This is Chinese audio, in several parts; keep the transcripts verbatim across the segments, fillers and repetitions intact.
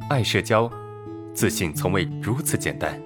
爱社交，自信从未如此简单。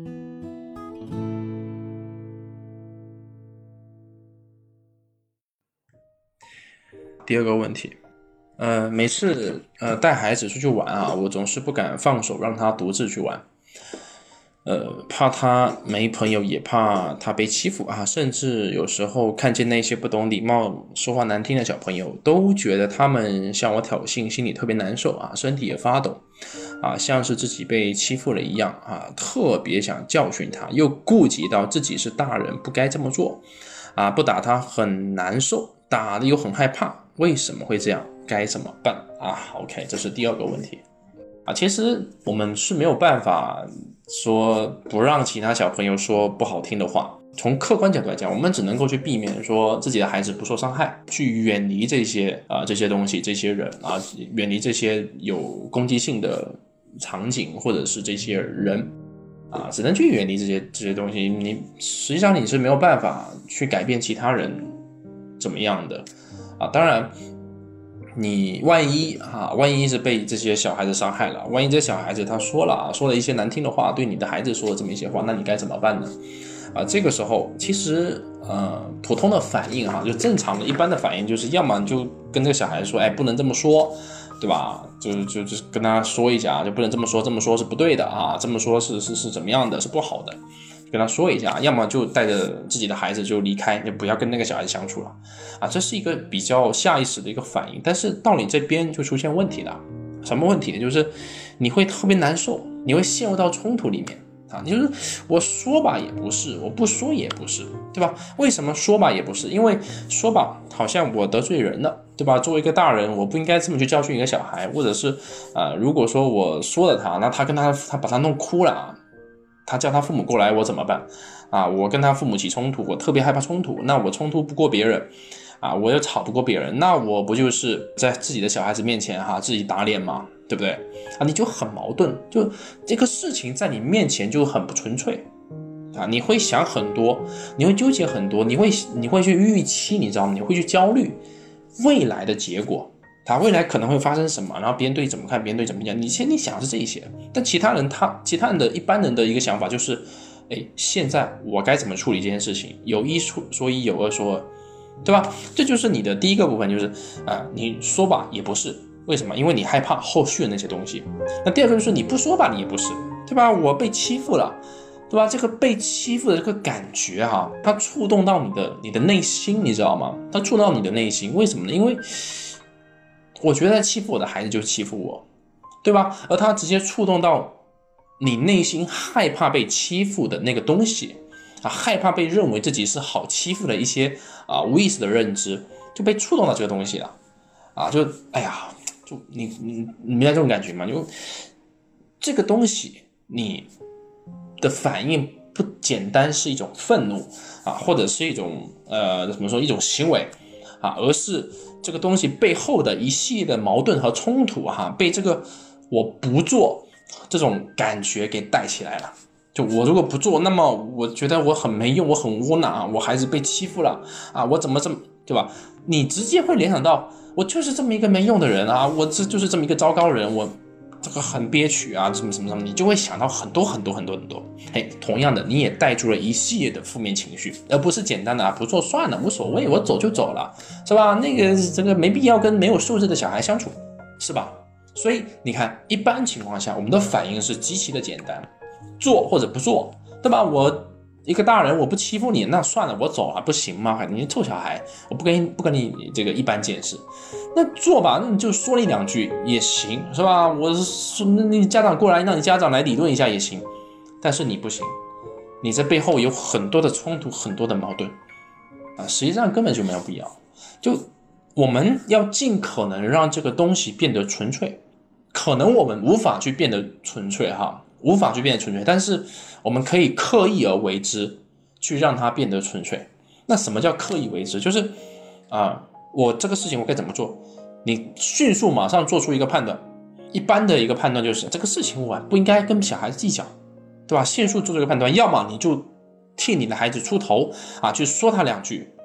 第二个问题，呃，每次呃带孩子出去玩啊，我总是不敢放手让他独自去玩，呃，怕他没朋友，也怕他被欺负啊，甚至有时候看见那些不懂礼貌、说话难听的小朋友，都觉得他们向我挑衅，心里特别难受啊，身体也发抖啊，像是自己被欺负了一样啊，特别想教训他，又顾及到自己是大人，不该这么做啊，不打他很难受，打的又很害怕，为什么会这样？该怎么办啊 ？OK， 这是第二个问题啊。其实我们是没有办法说不让其他小朋友说不好听的话。从客观角度来讲，我们只能够去避免说自己的孩子不受伤害，去远离这些啊、呃、这些东西、这些人啊，远离这些有攻击性的场景或者是这些人啊，只能去远离这些这些东西。你实际上你是没有办法去改变其他人怎么样的啊。当然，你万一啊，万一是被这些小孩子伤害了，万一这小孩子他说了啊，说了一些难听的话，对你的孩子说了这么一些话，那你该怎么办呢？啊，这个时候其实呃，普通的反应哈，就正常的一般的反应就是，要么就跟这个小孩子说，哎，不能这么说，对吧？就就就跟他说一下，就不能这么说，这么说是不对的啊，这么说是是是怎么样的，是不好的。跟他说一下，要么就带着自己的孩子就离开，就不要跟那个小孩子相处了啊，这是一个比较下意识的一个反应。但是到你这边就出现问题了，什么问题呢？就是你会特别难受，你会陷入到冲突里面啊。你就是我说吧也不是，我不说也不是，对吧？为什么说吧也不是？因为说吧好像我得罪人了，对吧？作为一个大人，我不应该这么去教训一个小孩，或者是啊、呃，如果说我说了他，那他跟他他把他弄哭了啊。他叫他父母过来，我怎么办啊？我跟他父母起冲突，我特别害怕冲突，那我冲突不过别人啊，我又吵不过别人，那我不就是在自己的小孩子面前哈、啊、自己打脸吗？对不对啊？你就很矛盾，就这个事情在你面前就很不纯粹啊，你会想很多，你会纠结很多，你会你会去预期，你知道吗？你会去焦虑未来的结果。他未来可能会发生什么，然后别人对你怎么看，别人对你怎么讲，你先你想的是这一些，但其他人他其他人的一般人的一个想法就是，哎，现在我该怎么处理这件事情？有一说一，有二说二，对吧？这就是你的第一个部分，就是啊、呃，你说吧也不是，为什么？因为你害怕后续的那些东西。那第二个就是你不说吧，你也不是，对吧？我被欺负了，对吧？这个被欺负的这个感觉哈、啊，它触动到你的你的内心，你知道吗？它触动到你的内心，为什么呢？因为我觉得欺负我的孩子就是欺负我，对吧？而他直接触动到你内心害怕被欺负的那个东西啊，害怕被认为自己是好欺负的一些啊无意识的认知，就被触动到这个东西了啊！就哎呀，就你你你明白这种感觉吗？就这个东西，你的反应不简单是一种愤怒啊，或者是一种呃怎么说一种行为啊，而是这个东西背后的一系列的矛盾和冲突哈，被这个我不做这种感觉给带起来了。就我如果不做，那么我觉得我很没用，我很窝囊啊，我孩子被欺负了啊，我怎么这么对吧？你直接会联想到我就是这么一个没用的人啊，我这就是这么一个糟糕人，我这个很憋屈啊，什么什么什么，你就会想到很多很多很多很多。嘿，同样的，你也带出了一系列的负面情绪，而不是简单的啊，不做算了，无所谓，我走就走了，是吧？那个这个没必要跟没有素质的小孩相处，是吧？所以你看，一般情况下，我们的反应是极其的简单，做或者不做，对吧？我一个大人，我不欺负你，那算了，我走了，不行吗？你臭小孩，我不跟你不跟你这个一般见识。那做吧，那你就说了一两句也行，是吧？我说你家长过来，让你家长来理论一下也行，但是你不行，你这背后有很多的冲突，很多的矛盾啊，实际上根本就没有必要。就我们要尽可能让这个东西变得纯粹，可能我们无法去变得纯粹哈，无法去变得纯粹，但是我们可以刻意而为之，去让它变得纯粹。那什么叫刻意为之？就是啊、呃，我这个事情我该怎么做？你迅速马上做出一个判断，一般的一个判断就是这个事情我不应该跟小孩子计较，对吧？迅速做这个判断，要么你就替你的孩子出头啊，去说他两句，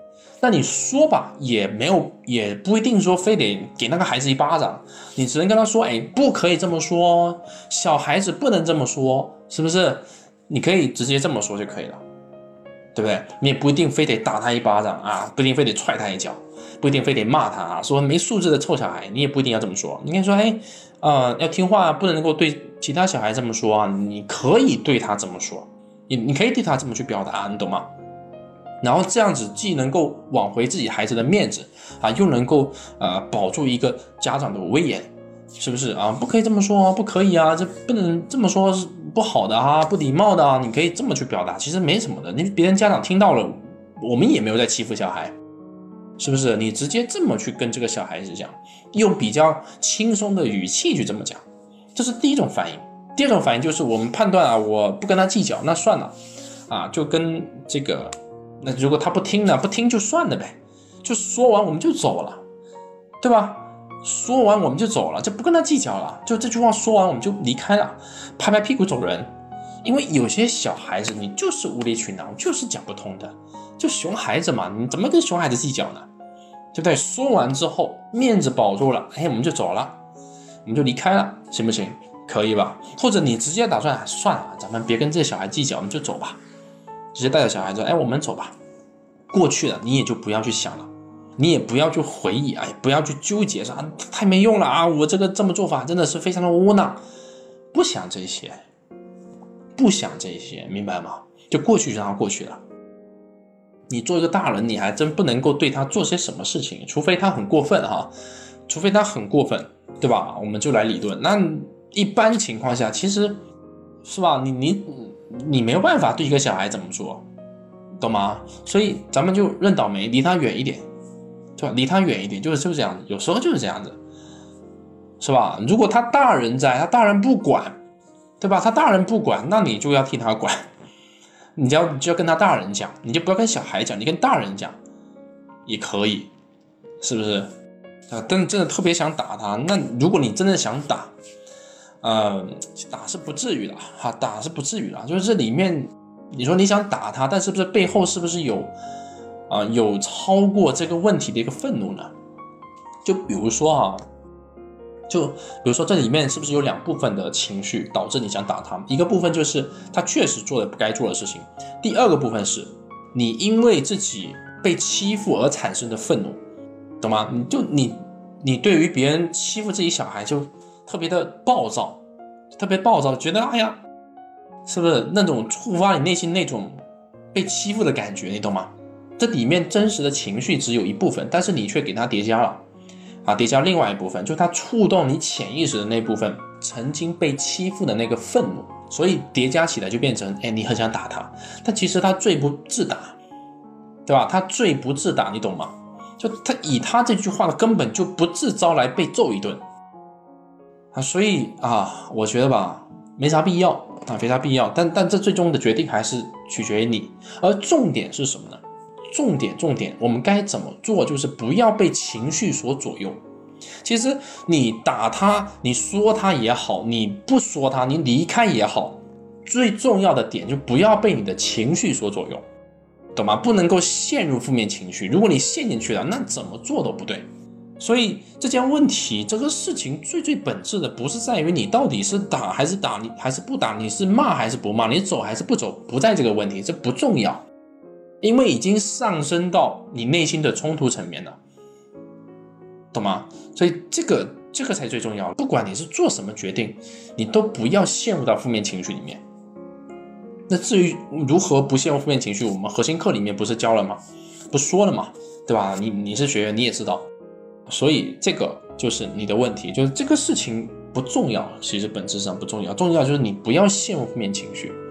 那你说吧，也没有，也不一定说非得给那个孩子一巴掌，你只能跟他说，哎，不可以这么说，小孩子不能这么说，是不是？你可以直接这么说就可以了，对不对？你也不一定非得打他一巴掌啊，不一定非得踹他一脚，不一定非得骂他啊，说没素质的臭小孩，你也不一定要这么说。你可以说，哎，呃，要听话，不能够对其他小孩这么说啊，你可以对他这么说，你你可以对他这么去表达，你懂吗？然后这样子既能够挽回自己孩子的面子啊，又能够呃保住一个家长的威严，是不是啊？不可以这么说啊，不可以啊，这不能这么说是不好的啊，不礼貌的啊，你可以这么去表达，其实没什么的，你别人家长听到了，我们也没有在欺负小孩，是不是？你直接这么去跟这个小孩子讲，用比较轻松的语气去这么讲，这是第一种反应。第二种反应就是我们判断啊，我不跟他计较，那算了啊，就跟这个。那如果他不听呢？不听就算了呗，就说完我们就走了，对吧？说完我们就走了，就不跟他计较了，就这句话说完我们就离开了，拍拍屁股走人。因为有些小孩子你就是无理取闹，就是讲不通的，就熊孩子嘛，你怎么跟熊孩子计较呢？对不对？说完之后面子保住了，哎，我们就走了，我们就离开了，行不行？可以吧？或者你直接打算算了，咱们别跟这些小孩计较，我们就走吧。直接带着小孩子，哎，我们走吧。过去了，你也就不要去想了，你也不要去回忆，哎，不要去纠结说、啊、太没用了啊！我这个这么做法真的是非常的窝囊，不想这些，不想这些，明白吗？就过去就让它过去了。你做一个大人，你还真不能够对他做些什么事情，除非他很过分哈，除非他很过分，对吧？我们就来理论。那一般情况下，其实是吧？你你。你没有办法对一个小孩怎么做，懂吗？所以咱们就认倒霉，离他远一点，对吧？离他远一点，就是就是这样子，有时候就是这样子，是吧？如果他大人在，他大人不管，对吧？他大人不管，那你就要替他管，你就要你就要跟他大人讲，你就不要跟小孩讲，你跟大人讲也可以，是不是？啊，但真的特别想打他，那如果你真的想打。呃，打是不至于的哈，打是不至于的，就是这里面，你说你想打他，但是不是背后是不是有啊、呃、有超过这个问题的一个愤怒呢？就比如说啊，就比如说这里面是不是有两部分的情绪导致你想打他？一个部分就是他确实做了不该做的事情，第二个部分是你因为自己被欺负而产生的愤怒，懂吗？你就你你对于别人欺负自己小孩就。特别的暴躁，特别暴躁，觉得哎呀，是不是那种触发你内心那种被欺负的感觉，你懂吗？这里面真实的情绪只有一部分，但是你却给它叠加了，啊，叠加另外一部分，就它触动你潜意识的那部分曾经被欺负的那个愤怒，所以叠加起来就变成，哎，你很想打他，但其实他罪不自打，对吧？他罪不自打，你懂吗？就他以他这句话的根本就不自招来被揍一顿。啊，所以啊，我觉得吧，没啥必要啊，没啥必要。但但这最终的决定还是取决于你。而重点是什么呢？重点重点，我们该怎么做？就是不要被情绪所左右。其实你打他，你说他也好，你不说他，你离开也好，最重要的点就不要被你的情绪所左右，懂吗？不能够陷入负面情绪。如果你陷进去了，那怎么做都不对。所以这件问题，这个事情最最本质的不是在于你到底是打还是打，你还是不打，你是骂还是不骂，你走还是不走，不在这个问题，这不重要，因为已经上升到你内心的冲突层面了，懂吗？所以这个这个才最重要。不管你是做什么决定，你都不要陷入到负面情绪里面。那至于如何不陷入负面情绪，我们核心课里面不是教了吗？不说了吗？对吧？你你是学员，你也知道。所以这个就是你的问题，就是这个事情不重要，其实本质上不重要，重要就是你不要陷入负面情绪。